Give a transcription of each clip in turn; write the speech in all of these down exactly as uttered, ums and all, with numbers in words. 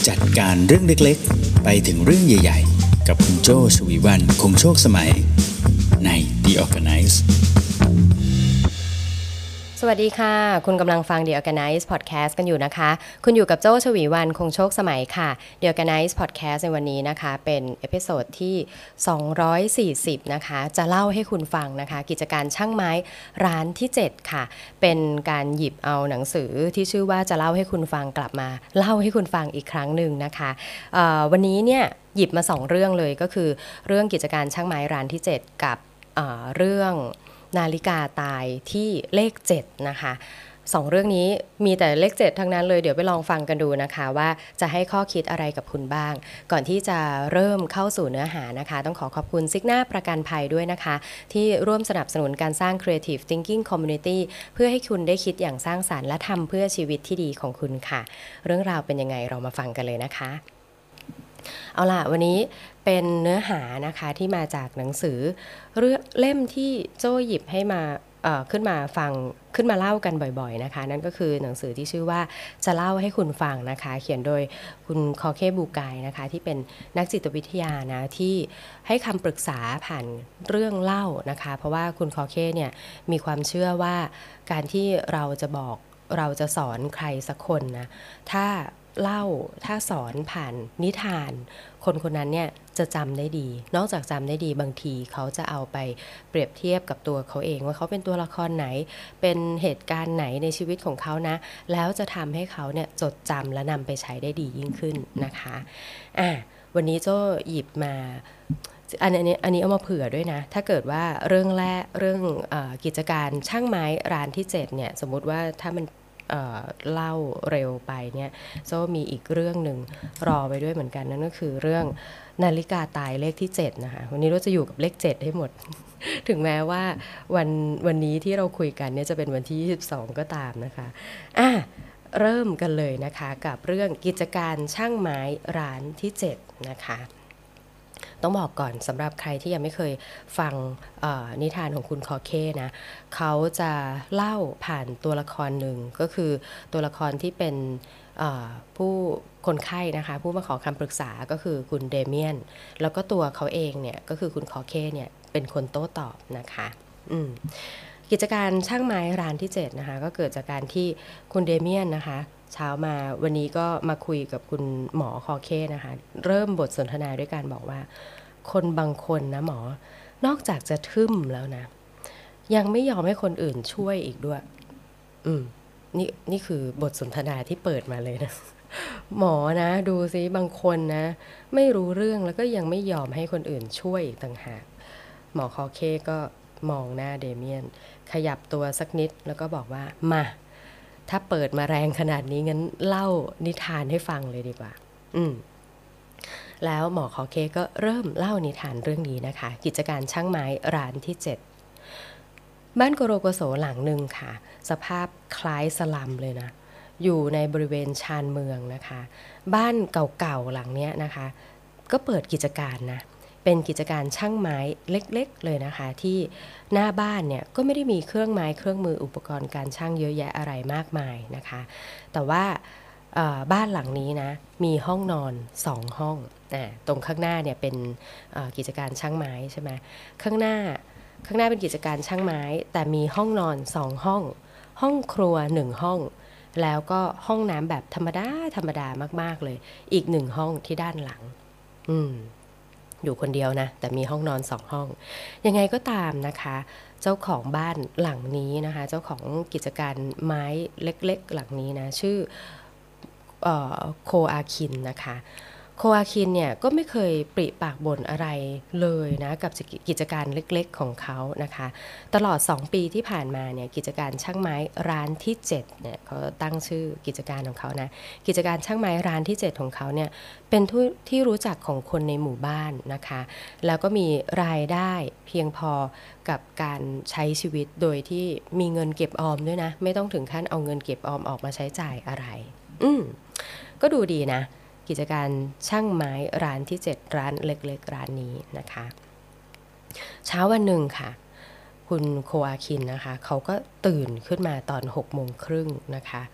จัดการเรื่องเล็กๆไปถึงเรื่องใหญ่ๆกับคุณโจชวีวรรณคงโชคสมัยใน The Organize สวัสดีค่ะคุณกำลังฟัง The Organize Podcast กันอยู่นะคะคุณอยู่กับโจ้ชวีวรรณคงโชคสมัยค่ะ The Organize Podcast ในวันนี้นะคะเป็นเอพิโซดที่สองร้อยสี่สิบนะคะจะเล่าให้คุณฟังนะคะกิจการช่างไม้ร้านที่เจ็ดค่ะเป็นการหยิบเอาหนังสือที่ชื่อว่าจะเล่าให้คุณฟังกลับมาเล่าให้คุณฟังอีกครั้งหนึ่งนะคะวันนี้เนี่ยหยิบมาสองเรื่องเลยก็คือเรื่องกิจการช่างไม้ร้านที่เจ็ดกับเรื่องนาฬิกาตายที่เลขเจ็ดนะคะสองเรื่องนี้มีแต่เลขเจ็ดทั้งนั้นเลยเดี๋ยวไปลองฟังกันดูนะคะว่าจะให้ข้อคิดอะไรกับคุณบ้างก่อนที่จะเริ่มเข้าสู่เนื้อหานะคะต้องขอขอบคุณซิกนาประกันภัยด้วยนะคะที่ร่วมสนับสนุนการสร้าง Creative Thinking Community เพื่อให้คุณได้คิดอย่างสร้างสรรค์และทำเพื่อชีวิตที่ดีของคุณค่ะเรื่องราวเป็นยังไงเรามาฟังกันเลยนะคะเอาล่ะวันนี้เป็นเนื้อหานะคะที่มาจากหนังสือเรื่องเล่มที่โจ้หยิบให้มาเอ่อขึ้นมาฟังขึ้นมาเล่ากันบ่อยๆนะคะนั่นก็คือหนังสือที่ชื่อว่าจะเล่าให้คุณฟังนะคะเขียนโดยคุณคอเคบูกายนะคะที่เป็นนักจิตวิทยานะที่ให้คำปรึกษาผ่านเรื่องเล่านะคะเพราะว่าคุณคอเคเนี่ยมีความเชื่อว่าการที่เราจะบอกเราจะสอนใครสักคนนะถ้าเล่าถ้าสอนผ่านนิทานคนคนนั้นเนี่ยจะจำได้ดีนอกจากจำได้ดีบางทีเขาจะเอาไปเปรียบเทียบกับตัวเขาเองว่าเขาเป็นตัวละครไหนเป็นเหตุการณ์ไหนในชีวิตของเขานะแล้วจะทำให้เขาเนี่ยจดจำและนำไปใช้ได้ดียิ่งขึ้นนะคะอ่ะวันนี้โจ้หยิบมาอันนี้อันนี้เอามาเผื่อด้วยนะถ้าเกิดว่าเรื่องแรกเรื่องเอ่อกิจการช่างไม้ร้านที่เจ็ดเนี่ยสมมุติว่าถ้ามันเอ่อเล่าเร็วไปเนี่ยโซ่มีอีกเรื่องหนึ่งรอไว้ด้วยเหมือนกันนั่นก็คือเรื่องนาฬิกาตายเลขที่เจ็ดนะคะวันนี้เราจะอยู่กับเลขเจ็ดให้หมด ถึงแม้ว่าวันวันนี้ที่เราคุยกันเนี่ยจะเป็นวันที่ยี่สิบสองก็ตามนะคะอ่ะเริ่มกันเลยนะคะกับเรื่องกิจการช่างไม้ร้านที่เจ็ดนะคะต้องบอกก่อนสำหรับใครที่ยังไม่เคยฟังนิทานของคุณคอเคนะเขาจะเล่าผ่านตัวละครหนึ่งก็คือตัวละครที่เป็นผู้คนไข้นะคะผู้มาขอคำปรึกษาก็คือคุณเดเมียนแล้วก็ตัวเขาเองเนี่ยก็คือคุณคอเคเนี่ยเป็นคนโต้ตอบนะคะอืมกิจการช่างไม้ร้านที่เจ็ดนะคะก็เกิดจากการที่คุณเดเมียนนะคะเช้ามาวันนี้ก็มาคุยกับคุณหมอคอเคนะคะเริ่มบทสนทนาด้วยการบอกว่าคนบางคนนะหมอนอกจากจะทึ่มแล้วนะยังไม่ยอมให้คนอื่นช่วยอีกด้วยอืมนี่นี่คือบทสนทนาที่เปิดมาเลยนะหมอนะดูซิบางคนนะไม่รู้เรื่องแล้วก็ยังไม่ยอมให้คนอื่นช่วยอีกต่างหากหมอคอเคก็มองหน้าเดเมียนขยับตัวสักนิดแล้วก็บอกว่ามาถ้าเปิดมาแรงขนาดนี้งั้นเล่านิทานให้ฟังเลยดีกว่าอืมแล้วหมอคอเคก็เริ่มเล่านิทานเรื่องนี้นะคะกิจการช่างไม้ร้านที่เจ็ดบ้านโกโรโกโสหลังหนึ่งค่ะสภาพคล้ายสลัมเลยนะอยู่ในบริเวณชานเมืองนะคะบ้านเก่าๆหลังเนี้ยนะคะก็เปิดกิจการนะเป็นกิจการช่างไม้เล็กๆเลยนะคะที่หน้าบ้านเนี่ยก็ไม่ได้มีเครื่องไม้เครื่องมืออุปกรณ์การช่างเยอะแยะอะไรมากมายนะคะแต่ว่าบ้านหลังนี้นะมีห้องนอนสองห้องตรงข้างหน้าเนี่ยเป็นกิจการช่างไม้ใช่ไหมข้างหน้าข้างหน้าเป็นกิจการช่างไม้แต่มีห้องนอนสองห้องห้องครัวหนึ่งห้องแล้วก็ห้องน้ำแบบธรรมดาธรรมดามากๆเลยอีกหนึ่งห้องที่ด้านหลังอืมอยู่คนเดียวนะแต่มีห้องนอนสองห้องยังไงก็ตามนะคะเจ้าของบ้านหลังนี้นะคะเจ้าของกิจการไม้เล็กๆหลังนี้นะชื่อโคอาคินนะคะโคอาคินเนี่ยก็ไม่เคยปริปากบ่นอะไรเลยนะกับกิจการเล็กๆของเขานะคะตลอดสองปีที่ผ่านมาเนี่ยกิจการช่างไม้ร้านที่เจ็ดเนี่ยเขาตั้งชื่อกิจการของเขานะกิจการช่างไม้ร้านที่เจ็ดของเขาเนี่ยเป็นที่รู้จักของคนในหมู่บ้านนะคะแล้วก็มีรายได้เพียงพอกับการใช้ชีวิตโดยที่มีเงินเก็บออมด้วยนะไม่ต้องถึงขั้นเอาเงินเก็บออมออกมาใช้จ่ายอะไรอืมก็ดูดีนะกิจการช่างไม้ร้านที่เจ็ดร้านเล็กๆร้านนี้นะคะเช้าวันหนึ่งค่ะคุณโคอาคินนะคะเขาก็ตื่นขึ้นมาตอนหกโมงครึ่งนะคะ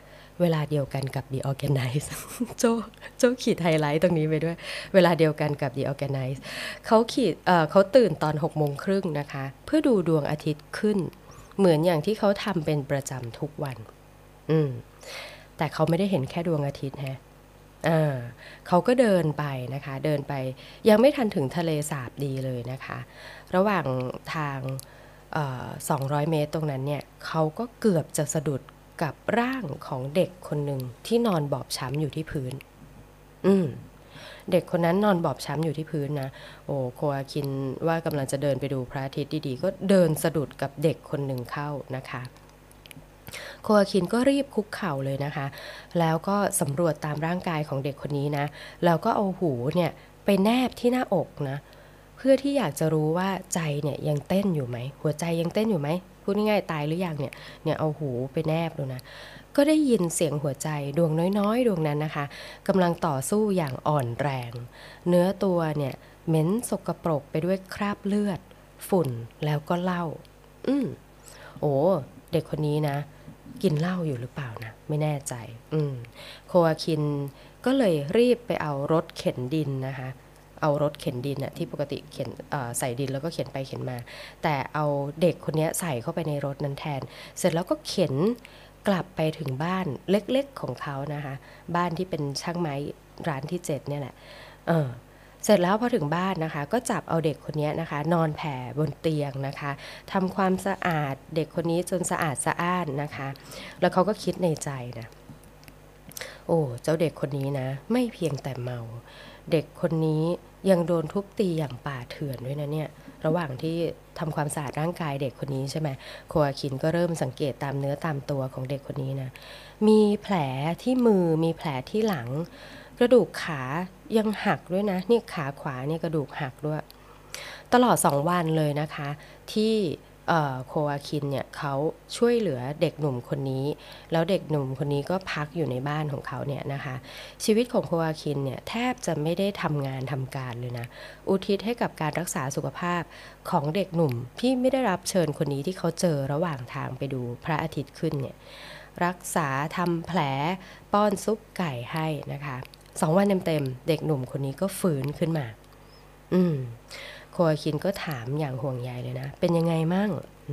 เวลาเดียวกันกับ The Organize โจโจขีดไฮไลท์ตรงนี้ไปด้วยเวลาเดียวกันกับ The Organize เขาขีดเอ่อเขาตื่นตอนหกโมงครึ่งนะคะเพื่อดูดวงอาทิตย์ขึ้นเหมือนอย่างที่เขาทำเป็นประจำทุกวันอืมแต่เขาไม่ได้เห็นแค่ดวงอาทิตย์ฮะอ่าเขาก็เดินไปนะคะเดินไปยังไม่ทันถึงทะเลสาบดีเลยนะคะระหว่างทางเอ่อสองร้อยเมตรตรงนั้นเนี่ยเขาก็เกือบจะสะดุดกับร่างของเด็กคนหนึ่งที่นอนบอบช้ำอยู่ที่พื้นอืมเด็กคนนั้นนอนบอบช้ำอยู่ที่พื้นนะโอ้โคอาคินว่ากำลังจะเดินไปดูพระอาทิตย์ดีๆก็เดินสะดุดกับเด็กคนหนึ่งเข้านะคะโคอาคินก็รีบคุกเข่าเลยนะคะแล้วก็สำรวจตามร่างกายของเด็กคนนี้นะแล้วก็เอาหูเนี่ยไปแนบที่หน้าอกนะเพื่อที่อยากจะรู้ว่าใจเนี่ยยังเต้นอยู่ไหมหัวใจยังเต้นอยู่ไหมพูดง่ายๆตายหรือยังเนี่ยเนี่ยเอาหูไปแนบดูนะก็ได้ยินเสียงหัวใจดวงน้อยๆดวงนั้นนะคะกำลังต่อสู้อย่างอ่อนแรงเนื้อตัวเนี่ยเหม็นสกปรกไปด้วยคราบเลือดฝุ่นแล้วก็เหล้าอืมโอ้เด็กคนนี้นะกินเหล้าอยู่หรือเปล่านะไม่แน่ใจอืมโคอาคินก็เลยรีบไปเอารถเข็นดินนะคะเอารถเข็นดินอะที่ปกติเข็นใส่ดินแล้วก็เข็นไปเข็นมาแต่เอาเด็กคนนี้ใส่เข้าไปในรถนั้นแทนเสร็จแล้วก็เข็นกลับไปถึงบ้านเล็กๆของเขานะคะบ้านที่เป็นช่างไม้ร้านที่เจ็ดเนี่ยแหละเออเสร็จแล้วพอถึงบ้านนะคะก็จับเอาเด็กคนนี้นะคะนอนแผ่บนเตียงนะคะทำความสะอาดเด็กคนนี้จนสะอาดสะอ้านนะคะแล้วเขาก็คิดในใจนะโอ้เจ้าเด็กคนนี้นะไม่เพียงแต่เมาเด็กคนนี้ยังโดนทุบตีอย่างป่าเถื่อนด้วยนะเนี่ยระหว่างที่ทำความสะอาดร่างกายเด็กคนนี้ใช่ไหมโคอาคินก็เริ่มสังเกตตามเนื้อตามตัวของเด็กคนนี้นะมีแผลที่มือมีแผลที่หลังกระดูกขายังหักด้วยนะนี่ขาขวาเนี่ยกระดูกหักด้วยตลอดสองวันเลยนะคะที่โคอาคินเนี่ยเขาช่วยเหลือเด็กหนุ่มคนนี้แล้วเด็กหนุ่มคนนี้ก็พักอยู่ในบ้านของเขาเนี่ยนะคะชีวิตของโคอาคินเนี่ยแทบจะไม่ได้ทำงานทำการเลยนะอุทิศให้กับการรักษาสุขภาพของเด็กหนุ่มที่ไม่ได้รับเชิญคนนี้ที่เขาเจอระหว่างทางไปดูพระอาทิตย์ขึ้นเนี่ยรักษาทำแผลป้อนซุปไก่ให้นะคะสองวันเต็มๆเด็กหนุ่มคนนี้ก็ฟื้นขึ้นมาอืมโคอาคินก็ถามอย่างห่วงใยเลยนะเป็นยังไงมั่ง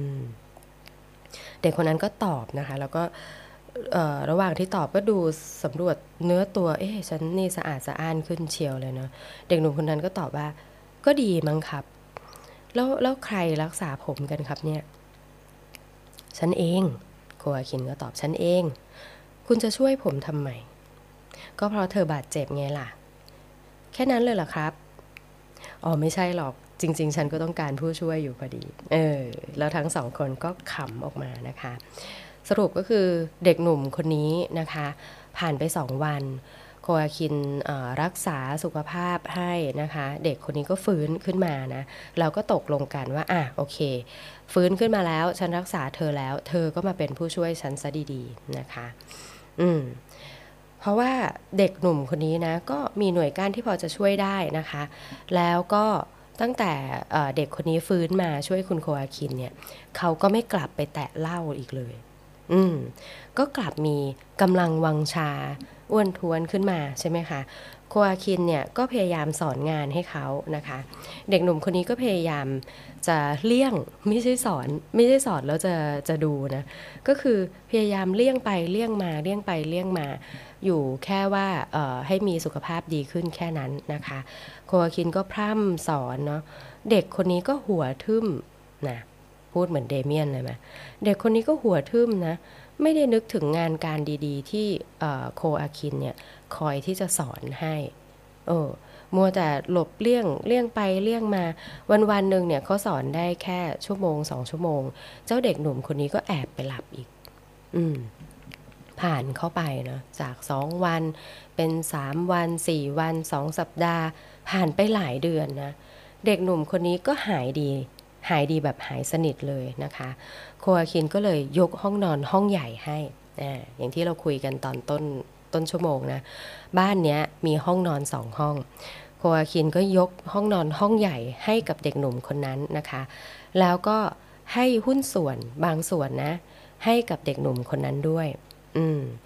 เด็กคนนั้นก็ตอบนะคะแล้วก็ระหว่างที่ตอบก็ดูสำรวจเนื้อตัวเอ๊ะฉันนี่สะอาดสะอ้านขึ้นเชียวเลยเนาะเด็กหนุ่มคนนั้นก็ตอบว่าก็ดีมั้งครับแล้วแล้วใครรักษาผมกันครับเนี่ยฉันเองโคอาคินก็ตอบฉันเองคุณจะช่วยผมทำไมก็เพราะเธอบาดเจ็บไงล่ะแค่นั้นเลยเหรอครับอ๋อไม่ใช่หรอกจริงๆฉันก็ต้องการผู้ช่วยอยู่พอดีเออแล้วทั้งสองคนก็ขำออกมานะคะสรุปก็คือเด็กหนุ่มคนนี้นะคะผ่านไปสองวันโคอาคินรักษาสุขภาพให้นะคะเด็กคนนี้ก็ฟื้นขึ้นมานะเราก็ตกลงกันว่าอ่ะโอเคฟื้นขึ้นมาแล้วฉันรักษาเธอแล้วเธอก็มาเป็นผู้ช่วยฉันซะดีๆนะคะอืมเพราะว่าเด็กหนุ่มคนนี้นะก็มีหน่วยก้านที่พอจะช่วยได้นะคะแล้วก็ตั้งแต่เด็กคนนี้ฟื้นมาช่วยคุณโคอาคินเนี่ยเขาก็ไม่กลับไปแตะเหล้าอีกเลยอืมก็กลับมีกำลังวังชาอ้วนท้วนขึ้นมาใช่ไหมคะโคอาคินเนี่ยก็พยายามสอนงานให้เขานะคะเด็กหนุ่มคนนี้ก็พยายามจะเลี่ยงไม่ใช่สอนไม่ใช่สอนแล้วจะจะดูนะก็คือพยายามเลี่ยงไปเลี่ยงมาเลี่ยงไปเลี่ยงมาอยู่แค่ว่าเอ่อให้มีสุขภาพดีขึ้นแค่นั้นนะคะโคอาคินก็พร่ำสอนเนาะเด็กคนนี้ก็หัวทึ่มนะพูดเหมือนเดเมียนเลยไหมเด็กคนนี้ก็หัวทึ่มนะไม่ได้นึกถึงงานการดีๆที่โคอาคินเนี่ยคอยที่จะสอนให้โอ้มัวแต่หลบเลี่ยงเลี่ยงไปเลี่ยงมาวันวันหนึ่งเนี่ยเขาสอนได้แค่ชั่วโมงสองชั่วโมงเจ้าเด็กหนุ่มคนนี้ก็แอบไปหลับอีกอืมผ่านเข้าไปเนาะจากสองวันเป็นสามวันสี่วันสองสัปดาห์ผ่านไปหลายเดือนนะเด็กหนุ่มคนนี้ก็หายดีหายดีแบบหายสนิทเลยนะคะโคอาคินก็เลยยกห้องนอนห้องใหญ่ให้อ่าอย่างที่เราคุยกันตอนต้นต้นชั่วโมงนะบ้านเนี้ยมีห้องนอนสองห้องโคอาคินก็ยกห้องนอนห้องใหญ่ให้กับเด็กหนุ่มคนนั้นนะคะแล้วก็ให้หุ้นส่วนบางส่วนนะให้กับเด็กหนุ่มคนนั้นด้วยอืม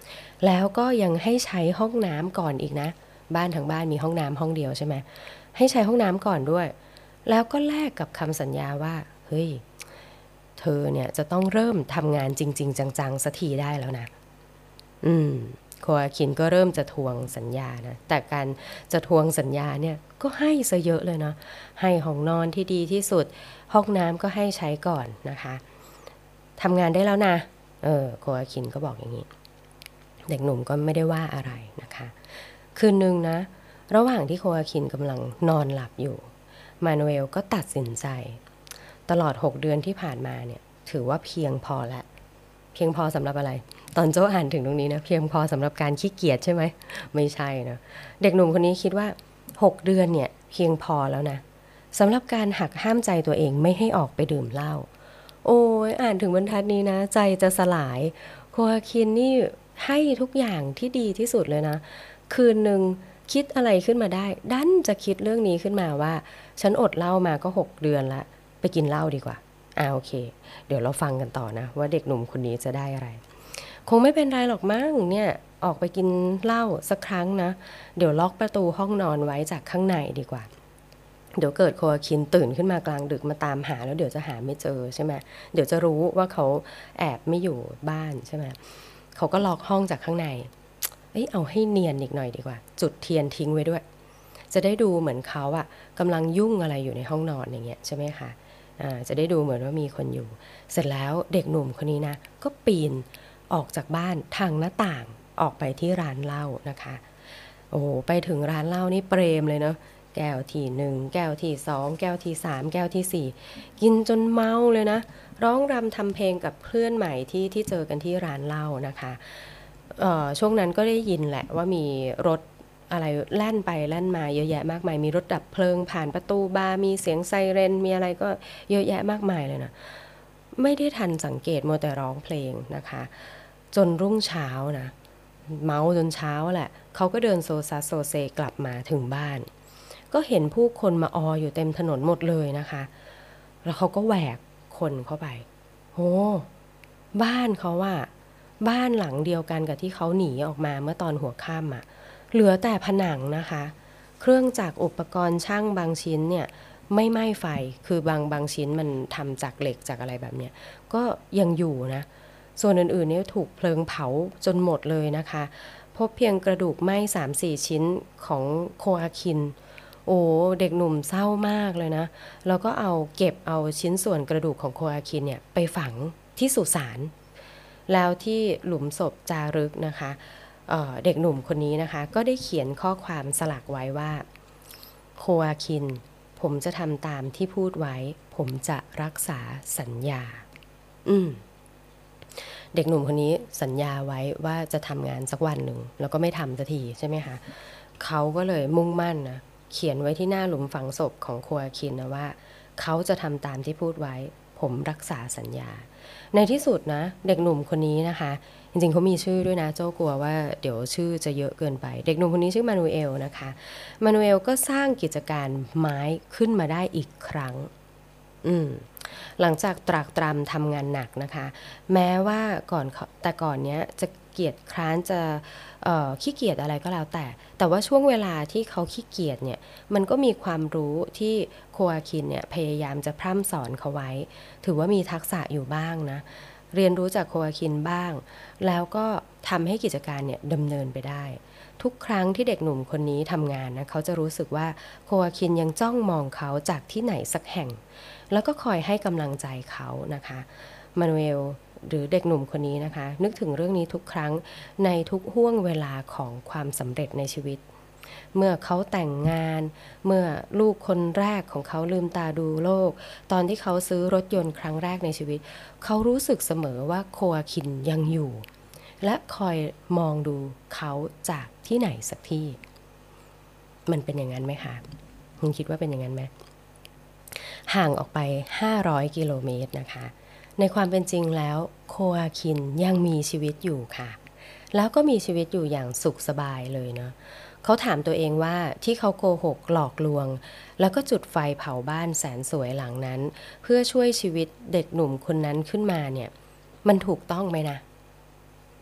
แล้วก็ยังให้ใช้ห้องน้ำก่อนอีกนะบ้านทั้งบ้านมีห้องน้ำห้องเดียวใช่ไหมให้ใช้ห้องน้ำก่อนด้วยแล้วก็แลกกับคำสัญญาว่าเฮ้ยเธอเนี่ยจะต้องเริ่มทำงานจริงๆจังๆสักทีได้แล้วนะอืมโคอาคินก็เริ่มจะทวงสัญญานะแต่การจะทวงสัญญาเนี่ยก็ให้ซะเยอะเลยเนาะให้ห้องนอนที่ดีที่สุดห้องน้ำก็ให้ใช้ก่อนนะคะทำงานได้แล้วนะเออโคอาคินก็บอกอย่างนี้เด็กหนุ่มก็ไม่ได้ว่าอะไรนะคะคืนนึงนะระหว่างที่โคอาคินกำลังนอนหลับอยู่มานูเอลก็ตัดสินใจตลอดหกเดือนที่ผ่านมาเนี่ยถือว่าเพียงพอละเพียงพอสำหรับอะไรตอนโจ้อ่านถึงตรงนี้นะเพียงพอสำหรับการขี้เกียจใช่ไหมไม่ใช่นะเด็กหนุ่มคนนี้คิดว่าหกเดือนเนี่ยเพียงพอแล้วนะสำหรับการหักห้ามใจตัวเองไม่ให้ออกไปดื่มเหล้าโอ้ยอ่านถึงบรรทัดนี้นะใจจะสลายโคอาคินนี่ให้ทุกอย่างที่ดีที่สุดเลยนะคืนหนึ่งคิดอะไรขึ้นมาได้ดันจะคิดเรื่องนี้ขึ้นมาว่าฉันอดเหล้ามาก็หกเดือนละไปกินเหล้าดีกว่าอ่าโอเคเดี๋ยวเราฟังกันต่อนะว่าเด็กหนุ่มคนนี้จะได้อะไรคงไม่เป็นไรหรอกมั้งเนี่ยออกไปกินเหล้าสักครั้งนะเดี๋ยวล็อกประตูห้องนอนไว้จากข้างในดีกว่าเดี๋ยวเกิดโคอาคินตื่นขึ้นมากลางดึกมาตามหาแล้วเดี๋ยวจะหาไม่เจอใช่ไหมเดี๋ยวจะรู้ว่าเขาแอบไม่อยู่บ้านใช่ไหมเขาก็ล็อกห้องจากข้างในเอ้ยเอาให้เนียนอีกหน่อยดีกว่าจุดเทียนทิ้งไว้ด้วยจะได้ดูเหมือนเขาอะกำลังยุ่งอะไรอยู่ในห้องนอนอย่างเงี้ยใช่ไหมคะอ่าจะได้ดูเหมือนว่ามีคนอยู่เสร็จแล้วเด็กหนุ่มคนนี้นะก็ปีนออกจากบ้านทางหน้าต่างออกไปที่ร้านเหล้านะคะโอ้ไปถึงร้านเหล้านี่เปรมเลยเนาะแก้วที่หนึ่งแก้วที่สองแก้วที่สามแก้วที่สี่กินจนเมาเลยนะร้องรำทำเพลงกับเพื่อนใหม่ที่ที่เจอกันที่ร้านเหล้านะคะช่วงนั้นก็ได้ยินแหละว่ามีรถอะไรแล่นไปแล่นมาเยอะแยะมากมายมีรถดับเพลิงผ่านประตูบาร์มีเสียงไซเรนมีอะไรก็เยอะแยะมากมายเลยนะไม่ได้ทันสังเกตมัวแต่ร้องเพลงนะคะจนรุ่งเช้านะเมาจนเช้าแหละเขาก็เดินโซซัสโซเซกลับมาถึงบ้านก็เห็นผู้คนมาอออยู่เต็มถนนหมดเลยนะคะแล้วเขาก็แหวกคนเข้าไปโอ้บ้านเขาว่าบ้านหลังเดียวกันกับที่เขาหนีออกมาเมื่อตอนหัวค่ำอ่ะเหลือแต่ผนังนะคะเครื่องจักรอุปกรณ์ช่างบางชิ้นเนี่ยไม่ไหม้ไฟคือบางบางชิ้นมันทำจากเหล็กจากอะไรแบบเนี้ยก็ยังอยู่นะส่วนอื่นๆเนี่ยถูกเพลิงเผาจนหมดเลยนะคะพบเพียงกระดูกไหม้ สามสี่ ชิ้นของโคอาคินโอ้เด็กหนุ่มเศร้ามากเลยนะแล้วก็เอาเก็บเอาชิ้นส่วนกระดูกของโคอาคินเนี่ยไปฝังที่สุสานแล้วที่หลุมศพจารึกนะคะเเด็กหนุ่มคนนี้นะคะก็ได้เขียนข้อความสลักไว้ว่าโคอาคินผมจะทำตามที่พูดไว้ผมจะรักษาสัญญาอืมเด็กหนุ่มคนนี้สัญญาไว้ว่าจะทำงานสักวันหนึ่งแล้วก็ไม่ทำสักทีใช่ไหมคะเขาก็เลยมุ่งมั่นนะเขียนไว้ที่หน้าหลุมฝังศพของโคอาคินนะว่าเขาจะทำตามที่พูดไว้ผมรักษาสัญญาในที่สุดนะเด็กหนุ่มคนนี้นะคะจริงๆเขามีชื่อด้วยนะโจ้กลัวว่าเดี๋ยวชื่อจะเยอะเกินไปเด็กหนุ่มคนนี้ชื่อมานูเอลนะคะมานูเอลก็สร้างกิจการไม้ขึ้นมาได้อีกครั้งอืมหลังจากตรากตรำทำงานหนักนะคะแม้ว่าก่อนแต่ก่อนเนี้ยจะเกียจคร้านจะขี้เกียจอะไรก็แล้วแต่แต่ว่าช่วงเวลาที่เขาขี้เกียจเนี่ยมันก็มีความรู้ที่โคอาคินเนี่ยพยายามจะพร่ำสอนเขาไว้ถือว่ามีทักษะอยู่บ้างนะเรียนรู้จากโคอาคินบ้างแล้วก็ทำให้กิจการเนี่ยดำเนินไปได้ทุกครั้งที่เด็กหนุ่มคนนี้ทำงานนะเขาจะรู้สึกว่าโคอาคินยังจ้องมองเขาจากที่ไหนสักแห่งแล้วก็คอยให้กำลังใจเขานะคะมานูเอลหรือเด็กหนุ่มคนนี้นะคะนึกถึงเรื่องนี้ทุกครั้งในทุกห่วงเวลาของความสำเร็จในชีวิตเมื่อเขาแต่งงานเมื่อลูกคนแรกของเขาลืมตาดูโลกตอนที่เขาซื้อรถยนต์ครั้งแรกในชีวิตเขารู้สึกเสมอว่าโคอาคินยังอยู่และคอยมองดูเขาจากที่ไหนสักที่มันเป็นอย่างนั้นไหมคะคุณคิดว่าเป็นอย่างนั้นไหมห่างออกไปห้าร้อยกิโลเมตรนะคะในความเป็นจริงแล้วโคอาคินยังมีชีวิตอยู่ค่ะแล้วก็มีชีวิตอยู่อย่างสุขสบายเลยเนาะเขาถามตัวเองว่าที่เขาโกหกหลอกลวงแล้วก็จุดไฟเผาบ้านแสนสวยหลังนั้นเพื่อช่วยชีวิตเด็กหนุ่มคนนั้นขึ้นมาเนี่ยมันถูกต้องไหมนะ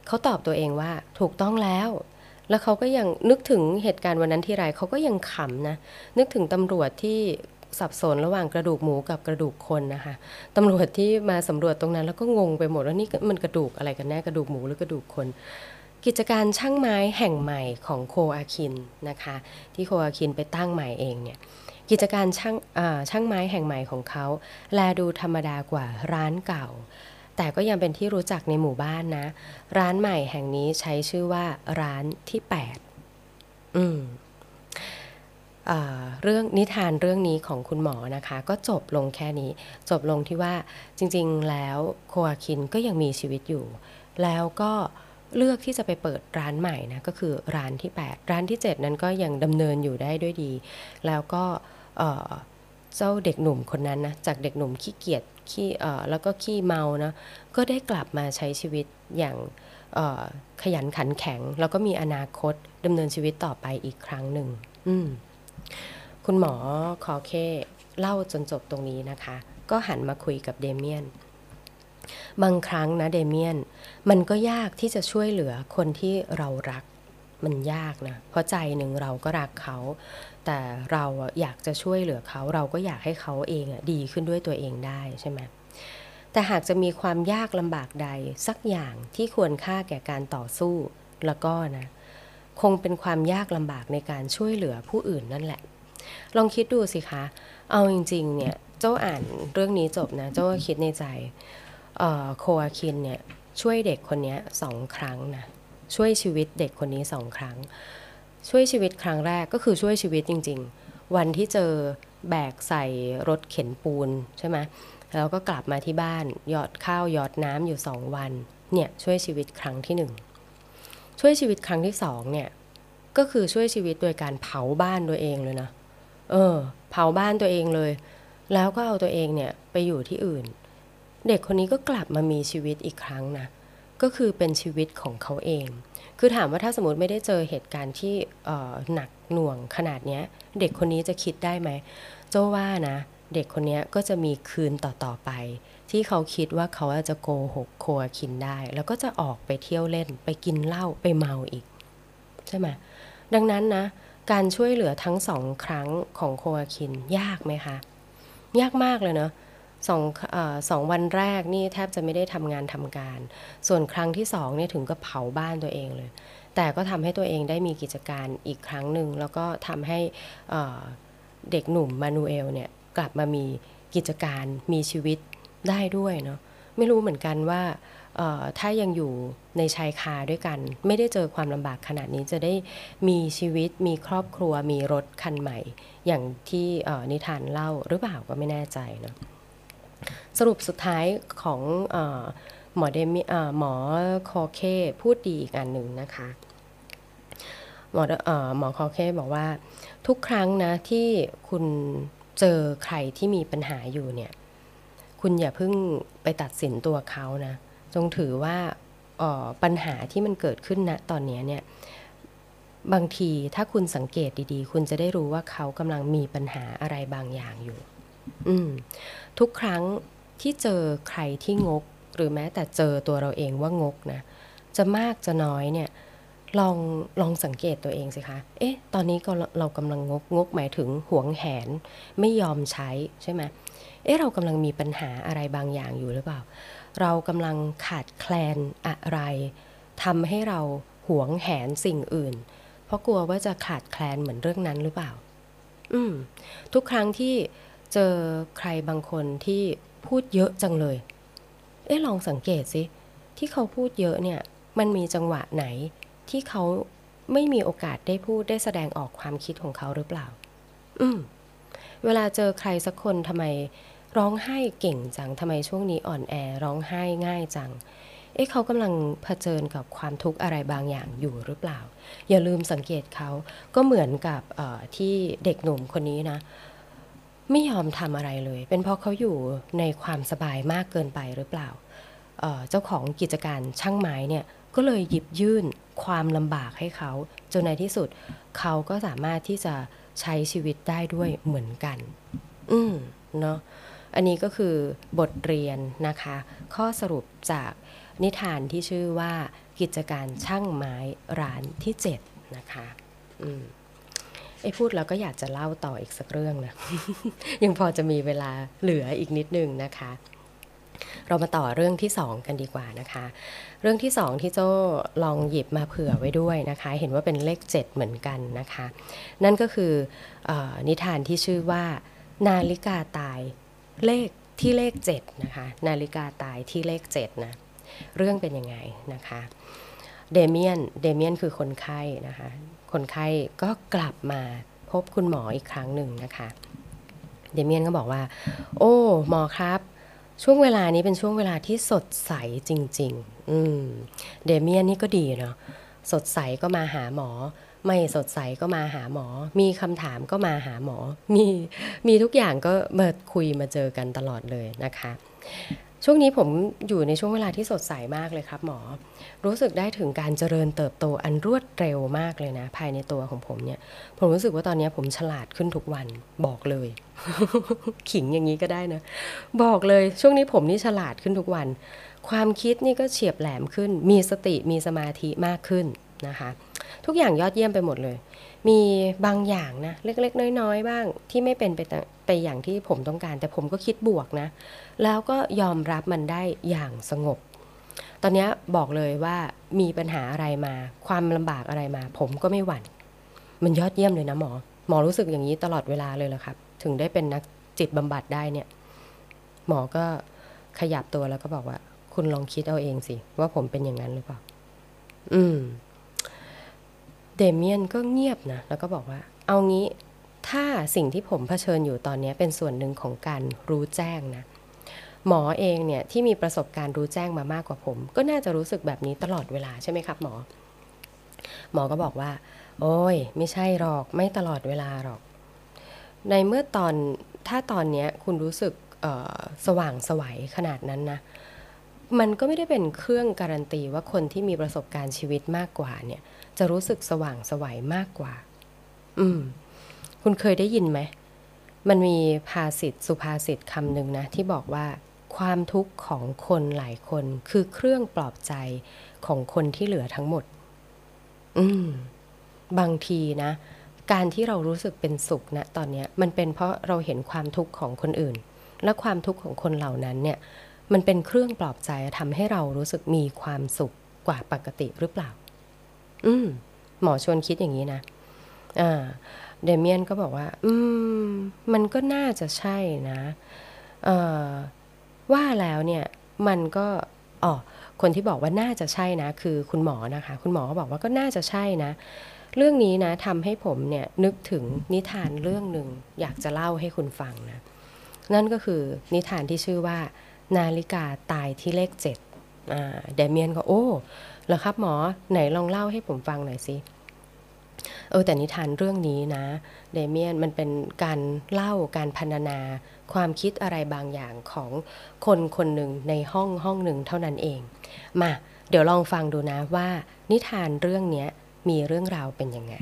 เขาตอบตัวเองว่าถูกต้องแล้วแล้วเขาก็ยังนึกถึงเหตุการณ์วันนั้นที่ไรเขาก็ยังขำนะนึกถึงตำรวจที่สับสนระหว่างกระดูกหมูกับกระดูกคนนะคะตำรวจที่มาสำรวจตรงนั้นแล้วก็งงไปหมดว่านี่มันกระดูกอะไรกันแน่กระดูกหมูหรือกระดูกคนกิจการช่างไม้แห่งใหม่ของโคอาคินนะคะที่โคอาคินไปตั้งใหม่เองเนี่ยกิจการช่างช่างไม้แห่งใหม่ของเขาแลดูธรรมดากว่าร้านเก่าแต่ก็ยังเป็นที่รู้จักในหมู่บ้านนะร้านใหม่แห่งนี้ใช้ชื่อว่าร้านที่แปดอืมเรื่องนิทานเรื่องนี้ของคุณหมอนะคะก็จบลงแค่นี้จบลงที่ว่าจริงๆแล้วโคอาคินก็ยังมีชีวิตอยู่แล้วก็เลือกที่จะไปเปิดร้านใหม่นะก็คือร้านที่แปดร้านที่เจ็ดนั้นก็ยังดำเนินอยู่ได้ด้วยดีแล้วก็เจ้าเด็กหนุ่มคนนั้นนะจากเด็กหนุ่มขี้เกียจขี้แล้วก็ขี้เมานะก็ได้กลับมาใช้ชีวิตอย่างขยันขันแข็งแล้วก็มีอนาคตดำเนินชีวิตต่อไปอีกครั้งหนึ่งคุณหมอคอเคเล่าจนจบตรงนี้นะคะก็หันมาคุยกับเดเมียนบางครั้งนะเดเมียนมันก็ยากที่จะช่วยเหลือคนที่เรารักมันยากนะเพราะใจหนึ่งเราก็รักเขาแต่เราอยากจะช่วยเหลือเขาเราก็อยากให้เขาเองดีขึ้นด้วยตัวเองได้ใช่ไหมแต่หากจะมีความยากลำบากใดสักอย่างที่ควรค่าแก่การต่อสู้แล้วก็นะคงเป็นความยากลำบากในการช่วยเหลือผู้อื่นนั่นแหละลองคิดดูสิคะเอาจริงๆเนี่ยเจ้าอ่านเรื่องนี้จบนะเจ้าก็คิดในใจโคอาคินเนี่ยช่วยเด็กคนนี้สองครั้งนะช่วยชีวิตเด็กคนนี้สองครั้งช่วยชีวิตครั้งแรกก็คือช่วยชีวิตจริงๆวันที่เจอแบกใส่รถเข็นปูนใช่ไหมแล้วก็กลับมาที่บ้านหยอดข้าวหยอดน้ำอยู่สองวันเนี่ยช่วยชีวิตครั้งที่หนึ่งช่วยชีวิตครั้งที่สองเนี่ยก็คือช่วยชีวิตโดยการเผาบ้านตัวเองเลยนะเออเผาบ้านตัวเองเลยแล้วก็เอาตัวเองเนี่ยไปอยู่ที่อื่นเด็กคนนี้ก็กลับมามีชีวิตอีกครั้งนะก็คือเป็นชีวิตของเขาเองคือถามว่าถ้าสมมติไม่ได้เจอเหตุการณ์ที่หนักหน่วงขนาดนี้เด็กคนนี้จะคิดได้ไหมเจ้าว่านะเด็กคนนี้ก็จะมีคืนต่อๆไปที่เขาคิดว่าเขาจะโกหกโคอาคินได้แล้วก็จะออกไปเที่ยวเล่นไปกินเหล้าไปเมาอีกใช่ไหมดังนั้นนะการช่วยเหลือทั้งสองครั้งของโคอาคินยากไหมคะยากมากเลยเนาะสองอสองวันแรกนี่แทบจะไม่ได้ทำงานทำการส่วนครั้งที่สองเนี่ยถึงกับเผาบ้านตัวเองเลยแต่ก็ทำให้ตัวเองได้มีกิจการอีกครั้งหนึ่งแล้วก็ทำให้เด็กหนุ่มมานูเอลเนี่ยกลับมามีกิจการมีชีวิตได้ด้วยเนาะไม่รู้เหมือนกันว่าถ้ายังอยู่ในชายคาด้วยกันไม่ได้เจอความลำบากขนาดนี้จะได้มีชีวิตมีครอบครัวมีรถคันใหม่อย่างที่นิทานเล่าหรือเปล่าก็ไม่แน่ใจเนาะสรุปสุดท้ายของหมอเดมิหมอคอเคพูดดีอีกอันหนึ่งนะคะหมอหมอคอเคบอกว่าทุกครั้งนะที่คุณเจอใครที่มีปัญหาอยู่เนี่ยคุณอย่าเพิ่งไปตัดสินตัวเขานะจงถือว่าปัญหาที่มันเกิดขึ้นณตอนนี้เนี่ยบางทีถ้าคุณสังเกตดีๆคุณจะได้รู้ว่าเขากำลังมีปัญหาอะไรบางอย่างอยู่อืมทุกครั้งที่เจอใครที่งกหรือแม้แต่เจอตัวเราเองว่างกนะจะมากจะน้อยเนี่ยลองลองสังเกตตัวเองสิคะเอ๊ะตอนนี้ก็เรากำลังงกงกหมายถึงหวงแหนไม่ยอมใช้ใช่ไหมเอ๊ะเรากำลังมีปัญหาอะไรบางอย่างอยู่หรือเปล่าเรากำลังขาดแคลนอะไรทำให้เราหวงแหนสิ่งอื่นเพราะกลัวว่าจะขาดแคลนเหมือนเรื่องนั้นหรือเปล่าอืมทุกครั้งที่เจอใครบางคนที่พูดเยอะจังเลยเอ๊ะลองสังเกตสิที่เขาพูดเยอะเนี่ยมันมีจังหวะไหนที่เขาไม่มีโอกาสได้พูดได้แสดงออกความคิดของเขาหรือเปล่าอืมเวลาเจอใครสักคนทำไมร้องไห้เก่งจังทำไมช่วงนี้อ่อนแอร้องไห้ง่ายจังเอ๊ะเขากำลังเผชิญกับความทุกข์อะไรบางอย่างอยู่หรือเปล่าอย่าลืมสังเกตเขาก็เหมือนกับที่เด็กหนุ่มคนนี้นะไม่ยอมทำอะไรเลยเป็นเพราะเขาอยู่ในความสบายมากเกินไปหรือเปล่า เอ่อ เจ้าของกิจการช่างไม้เนี่ยก็เลยหยิบยื่นความลำบากให้เขาจนในที่สุดเขาก็สามารถที่จะใช้ชีวิตได้ด้วยเหมือนกันอืมเนาะอันนี้ก็คือบทเรียนนะคะข้อสรุปจากนิทานที่ชื่อว่ากิจการช่างไม้ร้านที่เจ็ดนะคะอืมไอ้พูดแล้วก็อยากจะเล่าต่ออีกสักเรื่องนะ ยังพอจะมีเวลาเหลืออีกนิดนึงนะคะเรามาต่อเรื่องที่สองกันดีกว่านะคะเรื่องที่สองที่โจ้ลองหยิบมาเผื่อไว้ด้วยนะคะเห็นว่าเป็นเลขเจ็ดเหมือนกันนะคะนั่นก็คือเอ่อนิทานที่ชื่อว่านาฬิกาตายเลขที่เลขเจ็ดนะคะนาฬิกาตายที่เลขเจ็ดนะเรื่องเป็นยังไงนะคะเดเมียนเดเมียนคือคนไข้นะคะคนไข้ก็กลับมาพบคุณหมออีกครั้งหนึ่งนะคะเดเมียนก็บอกว่าโอ้หมอครับช่วงเวลานี้เป็นช่วงเวลาที่สดใสจริงๆอืมเดเมียนนี่ก็ดีเนาะสดใสก็มาหาหมอไม่สดใสก็มาหาหมอมีคำถามก็มาหาหมอมีมีทุกอย่างก็มาคุยมาเจอกันตลอดเลยนะคะช่วงนี้ผมอยู่ในช่วงเวลาที่สดใสมากเลยครับหมอรู้สึกได้ถึงการเจริญเติบโตอันรวดเร็วมากเลยนะภายในตัวของผมเนี่ยผมรู้สึกว่าตอนนี้ผมฉลาดขึ้นทุกวันบอกเลย ขิงอย่างนี้ก็ได้นะบอกเลยช่วงนี้ผมนี่ฉลาดขึ้นทุกวันความคิดนี่ก็เฉียบแหลมขึ้นมีสติมีสมาธิมากขึ้นนะคะทุกอย่างยอดเยี่ยมไปหมดเลยมีบางอย่างนะเล็กๆน้อยๆบ้างที่ไม่เป็นไปไปอย่างที่ผมต้องการแต่ผมก็คิดบวกนะแล้วก็ยอมรับมันได้อย่างสงบตอนนี้บอกเลยว่ามีปัญหาอะไรมาความลำบากอะไรมาผมก็ไม่หวั่นมันยอดเยี่ยมเลยนะหมอหมอรู้สึกอย่างนี้ตลอดเวลาเลยเหรอครับถึงได้เป็นนักจิตบำบัดได้เนี่ยหมอก็ขยับตัวแล้วก็บอกว่าคุณลองคิดเอาเองสิว่าผมเป็นอย่างนั้นหรือเปล่าอืมเดเมียนก็เงียบนะแล้วก็บอกว่าเอางี้ถ้าสิ่งที่ผมเผชิญอยู่ตอนนี้เป็นส่วนหนึ่งของการรู้แจ้งนะหมอเองเนี่ยที่มีประสบการณ์รู้แจ้งมามากกว่าผมก็น่าจะรู้สึกแบบนี้ตลอดเวลาใช่ไหมครับหมอหมอก็บอกว่าโอ้ยไม่ใช่หรอกไม่ตลอดเวลาหรอกในเมื่อตอนถ้าตอนนี้คุณรู้สึกสว่างไสวขนาดนั้นนะมันก็ไม่ได้เป็นเครื่องการันตีว่าคนที่มีประสบการณ์ชีวิตมากกว่าเนี่ยจะรู้สึกสว่างไสวมากกว่าอืมคุณเคยได้ยินไหมมันมีภาษิตสุภาษิตคำหนึ่งนะที่บอกว่าความทุกข์ของคนหลายคนคือเครื่องปลอบใจของคนที่เหลือทั้งหมดอืมบางทีนะการที่เรารู้สึกเป็นสุขนะตอนนี้มันเป็นเพราะเราเห็นความทุกข์ของคนอื่นและความทุกข์ของคนเหล่านั้นเนี่ยมันเป็นเครื่องปลอบใจทำให้เรารู้สึกมีความสุขกว่าปกติหรือเปล่าอืมหมอชวนคิดอย่างนี้นะอ่าเดเมียนก็บอกว่าอืมมันก็น่าจะใช่นะเอ่อว่าแล้วเนี่ยมันก็อ๋อคนที่บอกว่าน่าจะใช่นะคือคุณหมอนะคะคุณหมอก็บอกว่าก็น่าจะใช่นะเรื่องนี้นะทำให้ผมเนี่ยนึกถึงนิทานเรื่องหนึ่งอยากจะเล่าให้คุณฟังนะนั่นก็คือนิทานที่ชื่อว่านาฬิกาตายที่เลขเจ็ดอ่าเดเมียนก็โอ้เหรอครับหมอไหนลองเล่าให้ผมฟังหน่อยสิเออแต่นิทานเรื่องนี้นะเดเมียนมันเป็นการเล่าการพรรณนาความคิดอะไรบางอย่างของคนคนหนึ่งในห้องห้องหนึ่งเท่านั้นเองมาเดี๋ยวลองฟังดูนะว่านิทานเรื่องนี้มีเรื่องราวเป็นยังไง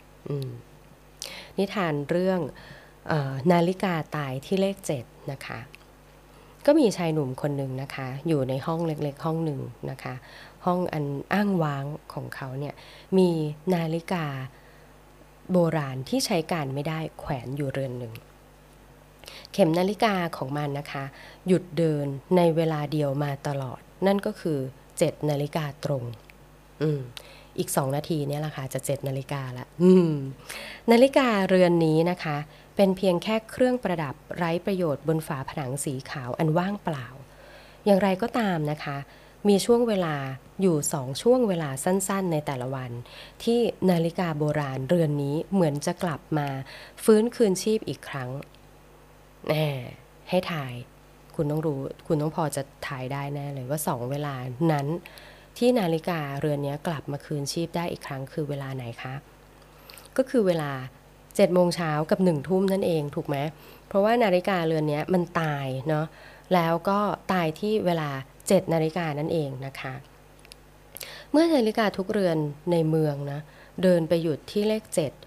นิทานเรื่องเอ่อนาฬิกาตายที่เลขเจ็ดนะคะก็มีชายหนุ่มคนหนึ่งนะคะอยู่ในห้องเล็กๆห้องหนึ่งนะคะห้องอันอ้างว้างของเขาเนี่ยมีนาฬิกาโบราณที่ใช้การไม่ได้แขวนอยู่เรือนหนึ่งเข็มนาฬิกาของมันนะคะหยุดเดินในเวลาเดียวมาตลอดนั่นก็คือเจ็ดนาฬิกาตรงอืมอีกสองนาทีเนี่ยแหละค่ะจะเจ็ดนาฬิกาละนาฬิกาเรือนนี้นะคะเป็นเพียงแค่เครื่องประดับไร้ประโยชน์บนฝาผนังสีขาวอันว่างเปล่าอย่างไรก็ตามนะคะมีช่วงเวลาอยู่สองช่วงเวลาสั้นๆในแต่ละวันที่นาฬิกาโบราณเรือนนี้เหมือนจะกลับมาฟื้นคืนชีพอีกครั้งแหมให้ทายคุณต้องรู้คุณต้องพอจะทายได้แน่เลยว่าสองเวลานั้นที่นาฬิกาเรือนนี้กลับมาคืนชีพได้อีกครั้งคือเวลาไหนคะก็คือเวลาเจ็ดโมงเช้ากับหนึ่งทุ่มนั่นเองถูกไหมเพราะว่านาฬิกาเรือนนี้มันตายเนาะแล้วก็ตายที่เวลาเจ็ดนาฬิกานั่นเองนะคะเมื่อนาฬิกาทุกเรือนในเมืองนะเดินไปหยุดที่เลขเจ็ด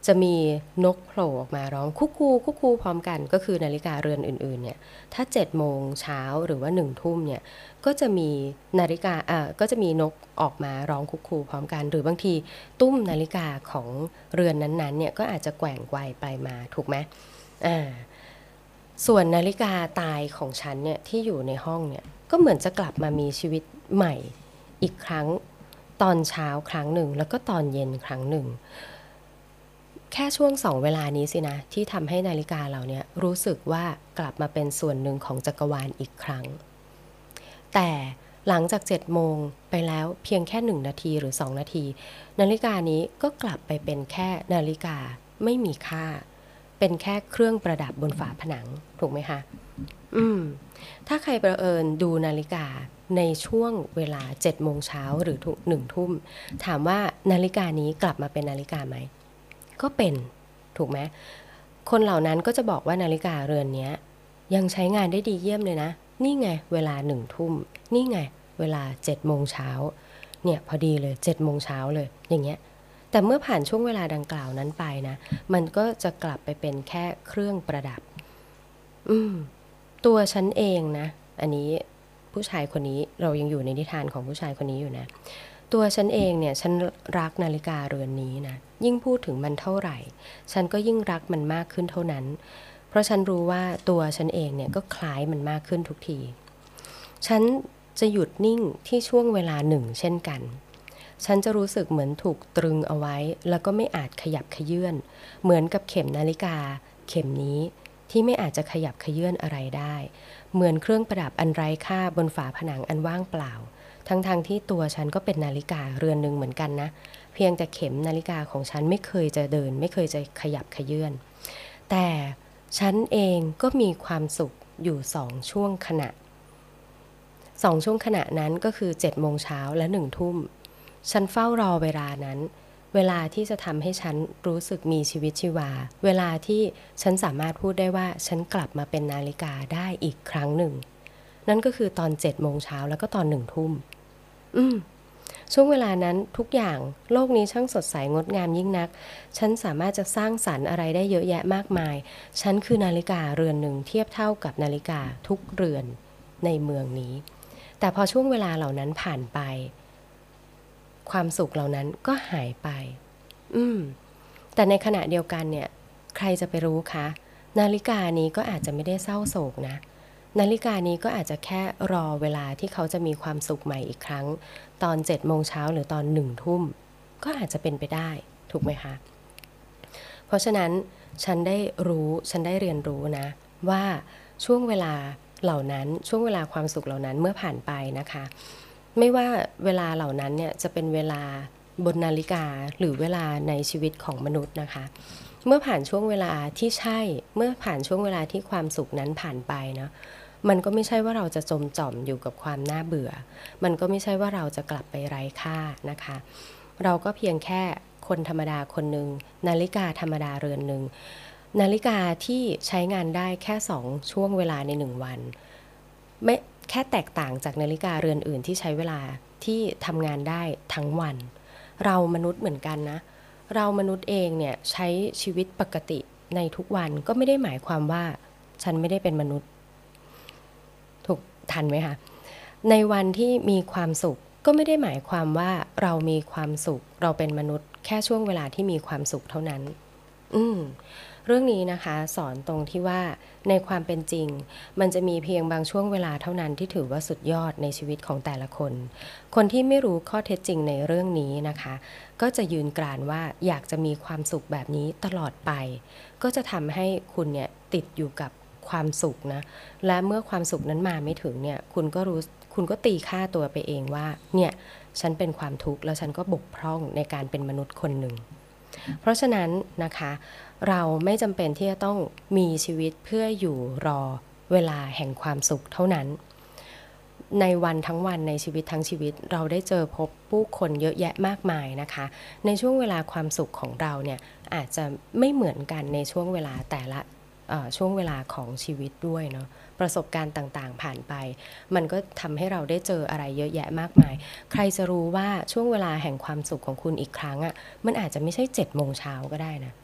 จะมีนกโผล่ออกมาร้องคุกคูคุกคูพร้อมกันก็คือนาฬิกาเรือนอื่นๆเนี่ยถ้าเจ็ดโมงเช้าหรือว่าหนึ่งทุ่มเนี่ยก็จะมีนาฬิกาอ่าก็จะมีนกออกมาร้องคุกคูพร้อมกันหรือบางทีตุ้มนาฬิกาของเรือนนั้นๆเนี่ยก็อาจจะแกว่งไกวไปมาถูกไหมอ่าส่วนนาฬิกาตายของฉันเนี่ยที่อยู่ในห้องเนี่ยก็เหมือนจะกลับมามีชีวิตใหม่อีกครั้งตอนเช้าครั้งหนึ่งแล้วก็ตอนเย็นครั้งหนึ่งแค่ช่วงสองเวลานี้สินะที่ทำให้นาฬิกาเราเนี่ยรู้สึกว่ากลับมาเป็นส่วนหนึ่งของจักรวาลอีกครั้งแต่หลังจากเจ็ดโมงไปแล้วเพียงแค่หนึ่งนาทีหรือสองนาทีนาฬิกานี้ก็กลับไปเป็นแค่นาฬิกาไม่มีค่าเป็นแค่เครื่องประดับบนฝาผนังถูกไหมคะอืมถ้าใครประเอิญดูนาฬิกาในช่วงเวลาเจ็ดโมงเช้าหรือหนึ่งทุ่มถามว่านาฬิกานี้กลับมาเป็นนาฬิกาไหมก็เป็นถูกไหมคนเหล่านั้นก็จะบอกว่านาฬิกาเรือนนี้ยังใช้งานได้ดีเยี่ยมเลยนะนี่ไงเวลาหนึ่งทุ่มนี่ไงเวลาเจ็ดโมงเช้าเนี่ยพอดีเลยเจ็ดโมงเช้าเลยอย่างเงี้ยแต่เมื่อผ่านช่วงเวลาดังกล่าวนั้นไปนะมันก็จะกลับไปเป็นแค่เครื่องประดับอืมตัวฉันเองนะอันนี้ผู้ชายคนนี้เรายังอยู่ในนิทานของผู้ชายคนนี้อยู่นะตัวฉันเองเนี่ยฉันรักนาฬิกาเรือนนี้นะยิ่งพูดถึงมันเท่าไหร่ฉันก็ยิ่งรักมันมากขึ้นเท่านั้นเพราะฉันรู้ว่าตัวฉันเองเนี่ยก็คล้ายมันมากขึ้นทุกทีฉันจะหยุดนิ่งที่ช่วงเวลาหนึ่งเช่นกันฉันจะรู้สึกเหมือนถูกตรึงเอาไว้แล้วก็ไม่อาจขยับเขยื้อนเหมือนกับเข็มนาฬิกาเข็มนี้ที่ไม่อาจจะขยับเขยื้อนอะไรได้เหมือนเครื่องประดับอันไร้ค่าบนฝาผนังอันว่างเปล่าทั้งๆ ท, ที่ตัวฉันก็เป็นนาฬิกาเรือนหนึ่งเหมือนกันนะเพียงแต่เข็มนาฬิกาของฉันไม่เคยจะเดินไม่เคยจะขยับเขยื้อนแต่ฉันเองก็มีความสุขอยู่สองช่วงขณะสองช่วงขณะนั้นก็คือเจ็ดโมงเช้าและหนึ่งทุ่มฉันเฝ้ารอเวลานั้นเวลาที่จะทำให้ฉันรู้สึกมีชีวิตชีวาเวลาที่ฉันสามารถพูดได้ว่าฉันกลับมาเป็นนาฬิกาได้อีกครั้งหนึ่งนั่นก็คือตอนเจ็ดโมงเช้าแล้วก็ตอนหนึ่งทุ่มอืมช่วงเวลานั้นทุกอย่างโลกนี้ช่างสดใสงดงามยิ่งนักฉันสามารถจะสร้างสรรค์อะไรได้เยอะแยะมากมายฉันคือนาฬิกาเรือนหนึ่งเทียบเท่ากับนาฬิกาทุกเรือนในเมืองนี้แต่พอช่วงเวลาเหล่านั้นผ่านไปความสุขเหล่านั้นก็หายไปอืมแต่ในขณะเดียวกันเนี่ยใครจะไปรู้คะนาฬิกานี้ก็อาจจะไม่ได้เศร้าโศกนะนาฬิกานี้ก็อาจจะแค่รอเวลาที่เขาจะมีความสุขใหม่อีกครั้งตอนเจ็ดโมงเช้าหรือตอนหนึ่งทุ่มก็อาจจะเป็นไปได้ถูกไหมคะเพราะฉะนั้นฉันได้รู้ฉันได้เรียนรู้นะว่าช่วงเวลาเหล่านั้นช่วงเวลาความสุขเหล่านั้นเมื่อผ่านไปนะคะไม่ว่าเวลาเหล่านั้นเนี่ยจะเป็นเวลาบนนาฬิกาหรือเวลาในชีวิตของมนุษย์นะคะเมื่อผ่านช่วงเวลาที่ใช่เมื่อผ่านช่วงเวลาที่ความสุขนั้นผ่านไปเนาะมันก็ไม่ใช่ว่าเราจะจมจ่อมอยู่กับความน่าเบื่อมันก็ไม่ใช่ว่าเราจะกลับไปไร้ค่านะคะเราก็เพียงแค่คนธรรมดาคนหนึ่งนาฬิกาธรรมดาเรือนหนึ่งนาฬิกาที่ใช้งานได้แค่สองช่วงเวลาในหนึ่งวันไม่แค่แตกต่างจากนาฬิกาเรือนอื่นที่ใช้เวลาที่ทำงานได้ทั้งวันเรามนุษย์เหมือนกันนะเรามนุษย์เองเนี่ยใช้ชีวิตปกติในทุกวันก็ไม่ได้หมายความว่าฉันไม่ได้เป็นมนุษย์ถูกทันไหมคะในวันที่มีความสุขก็ไม่ได้หมายความว่าเรามีความสุขเราเป็นมนุษย์แค่ช่วงเวลาที่มีความสุขเท่านั้นอืมเรื่องนี้นะคะสอนตรงที่ว่าในความเป็นจริงมันจะมีเพียงบางช่วงเวลาเท่านั้นที่ถือว่าสุดยอดในชีวิตของแต่ละคนคนที่ไม่รู้ข้อเท็จจริงในเรื่องนี้นะคะก็จะยืนกรานว่าอยากจะมีความสุขแบบนี้ตลอดไปก็จะทำให้คุณเนี่ยติดอยู่กับความสุขนะและเมื่อความสุขนั้นมาไม่ถึงเนี่ยคุณก็รู้คุณก็ตีค่าตัวไปเองว่าเนี่ยฉันเป็นความทุกข์แล้วฉันก็บกพร่องในการเป็นมนุษย์คนหนึ่งเพราะฉะนั้นนะคะเราไม่จำเป็นที่จะต้องมีชีวิตเพื่ออยู่รอเวลาแห่งความสุขเท่านั้นในวันทั้งวันในชีวิตทั้งชีวิตเราได้เจอพบผู้คนเยอะแยะมากมายนะคะในช่วงเวลาความสุขของเราเนี่ยอาจจะไม่เหมือนกันในช่วงเวลาแต่ละช่วงเวลาของชีวิตด้วยเนาะประสบการณ์ต่างๆผ่านไปมันก็ทำให้เราได้เจออะไรเยอะแยะมากมายใครจะรู้ว่าช่วงเวลาแห่งความสุขของคุณอีกครั้งอ่ะมันอาจจะไม่ใช่เจ็ดโมงเช้าก็ได้นะ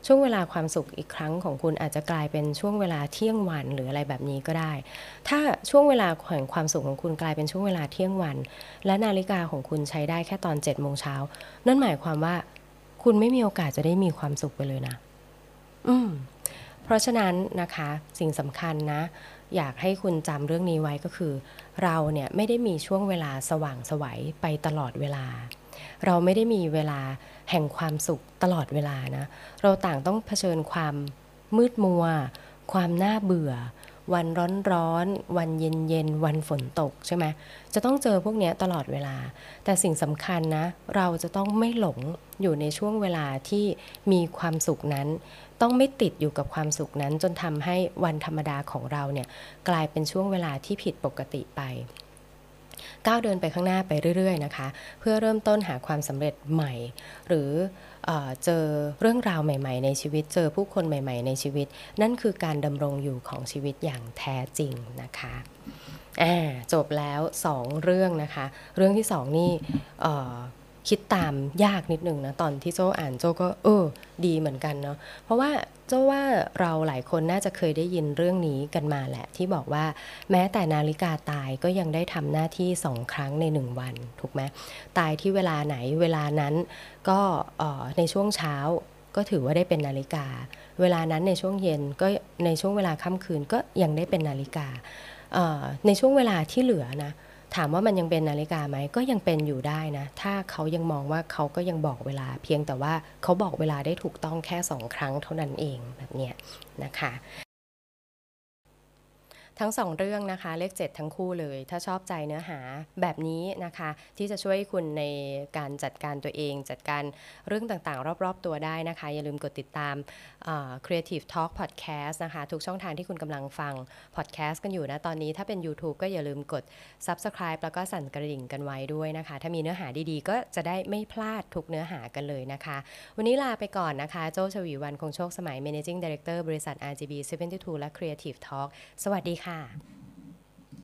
ช่วงเวลาความสุขอีกครั้งของคุณอาจจะกลายเป็นช่วงเวลาเที่ยงวันหรืออะไรแบบนี้ก็ได้ถ้าช่วงเวลาแห่งความสุขของคุณกลายเป็นช่วงเวลาเที่ยงวันและนาฬิกาของคุณใช้ได้แค่ตอนเจ็ดโมงเช้านั่นหมายความว่าคุณไม่มีโอกาสจะได้มีความสุขไปเลยนะอืมเพราะฉะนั้นนะคะสิ่งสำคัญนะอยากให้คุณจำเรื่องนี้ไว้ก็คือเราเนี่ยไม่ได้มีช่วงเวลาสว่างไสวไปตลอดเวลาเราไม่ได้มีเวลาแห่งความสุขตลอดเวลานะเราต่างต้องเผชิญความมืดมัวความน่าเบื่อวันร้อนๆวันเย็นๆวันฝนตกใช่ไหมจะต้องเจอพวกนี้ตลอดเวลาแต่สิ่งสำคัญนะเราจะต้องไม่หลงอยู่ในช่วงเวลาที่มีความสุขนั้นต้องไม่ติดอยู่กับความสุขนั้นจนทำให้วันธรรมดาของเราเนี่ยกลายเป็นช่วงเวลาที่ผิดปกติไปก้าวเดินไปข้างหน้าไปเรื่อยๆนะคะเพื่อเริ่มต้นหาความสำเร็จใหม่หรือเอ่อเจอเรื่องราวใหม่ๆในชีวิตเจอผู้คนใหม่ๆในชีวิตนั่นคือการดำรงอยู่ของชีวิตอย่างแท้จริงนะคะอ่าจบแล้วสองเรื่องนะคะเรื่องที่สองนี่เอ่อคิดตามยากนิดนึงนะตอนที่โจ้อ่านโจ้ก็เออดีเหมือนกันเนาะเพราะว่าโจ้ว่าเราหลายคนน่าจะเคยได้ยินเรื่องนี้กันมาแหละที่บอกว่าแม้แต่นาฬิกาตายก็ยังได้ทำหน้าที่สองครั้งในหนึ่งวันถูกไหมตายที่เวลาไหนเวลานั้นก็เอ่อในช่วงเช้าก็ถือว่าได้เป็นนาฬิกาเวลานั้นในช่วงเย็นก็ในช่วงเวลาค่ำคืนก็ยังได้เป็นนาฬิกาเอ่อในช่วงเวลาที่เหลือนะถามว่ามันยังเป็นนาฬิกาไหมก็ยังเป็นอยู่ได้นะถ้าเขายังมองว่าเขาก็ยังบอกเวลาเพียงแต่ว่าเขาบอกเวลาได้ถูกต้องแค่สองครั้งเท่านั้นเองแบบเนี้ยนะคะทั้งสองเรื่องนะคะเลขเจ็ดทั้งคู่เลยถ้าชอบใจเนื้อหาแบบนี้นะคะที่จะช่วยคุณในการจัดการตัวเองจัดการเรื่องต่างๆรอบๆตัวได้นะคะอย่าลืมกดติดตาม uh, Creative Talk Podcast นะคะทุกช่องทางที่คุณกำลังฟัง podcast กันอยู่นะตอนนี้ถ้าเป็น YouTube ก็อย่าลืมกด Subscribe แล้วก็สั่นกระดิ่งกันไว้ด้วยนะคะถ้ามีเนื้อหาดีๆก็จะได้ไม่พลาดทุกเนื้อหากันเลยนะคะวันนี้ลาไปก่อนนะคะโจ้ชวีวรรณคงโชคสมัย Managing Director บริษัท อาร์ จี บี เจ็ดสิบสอง และ Creative Talk สวัสดีค่ะ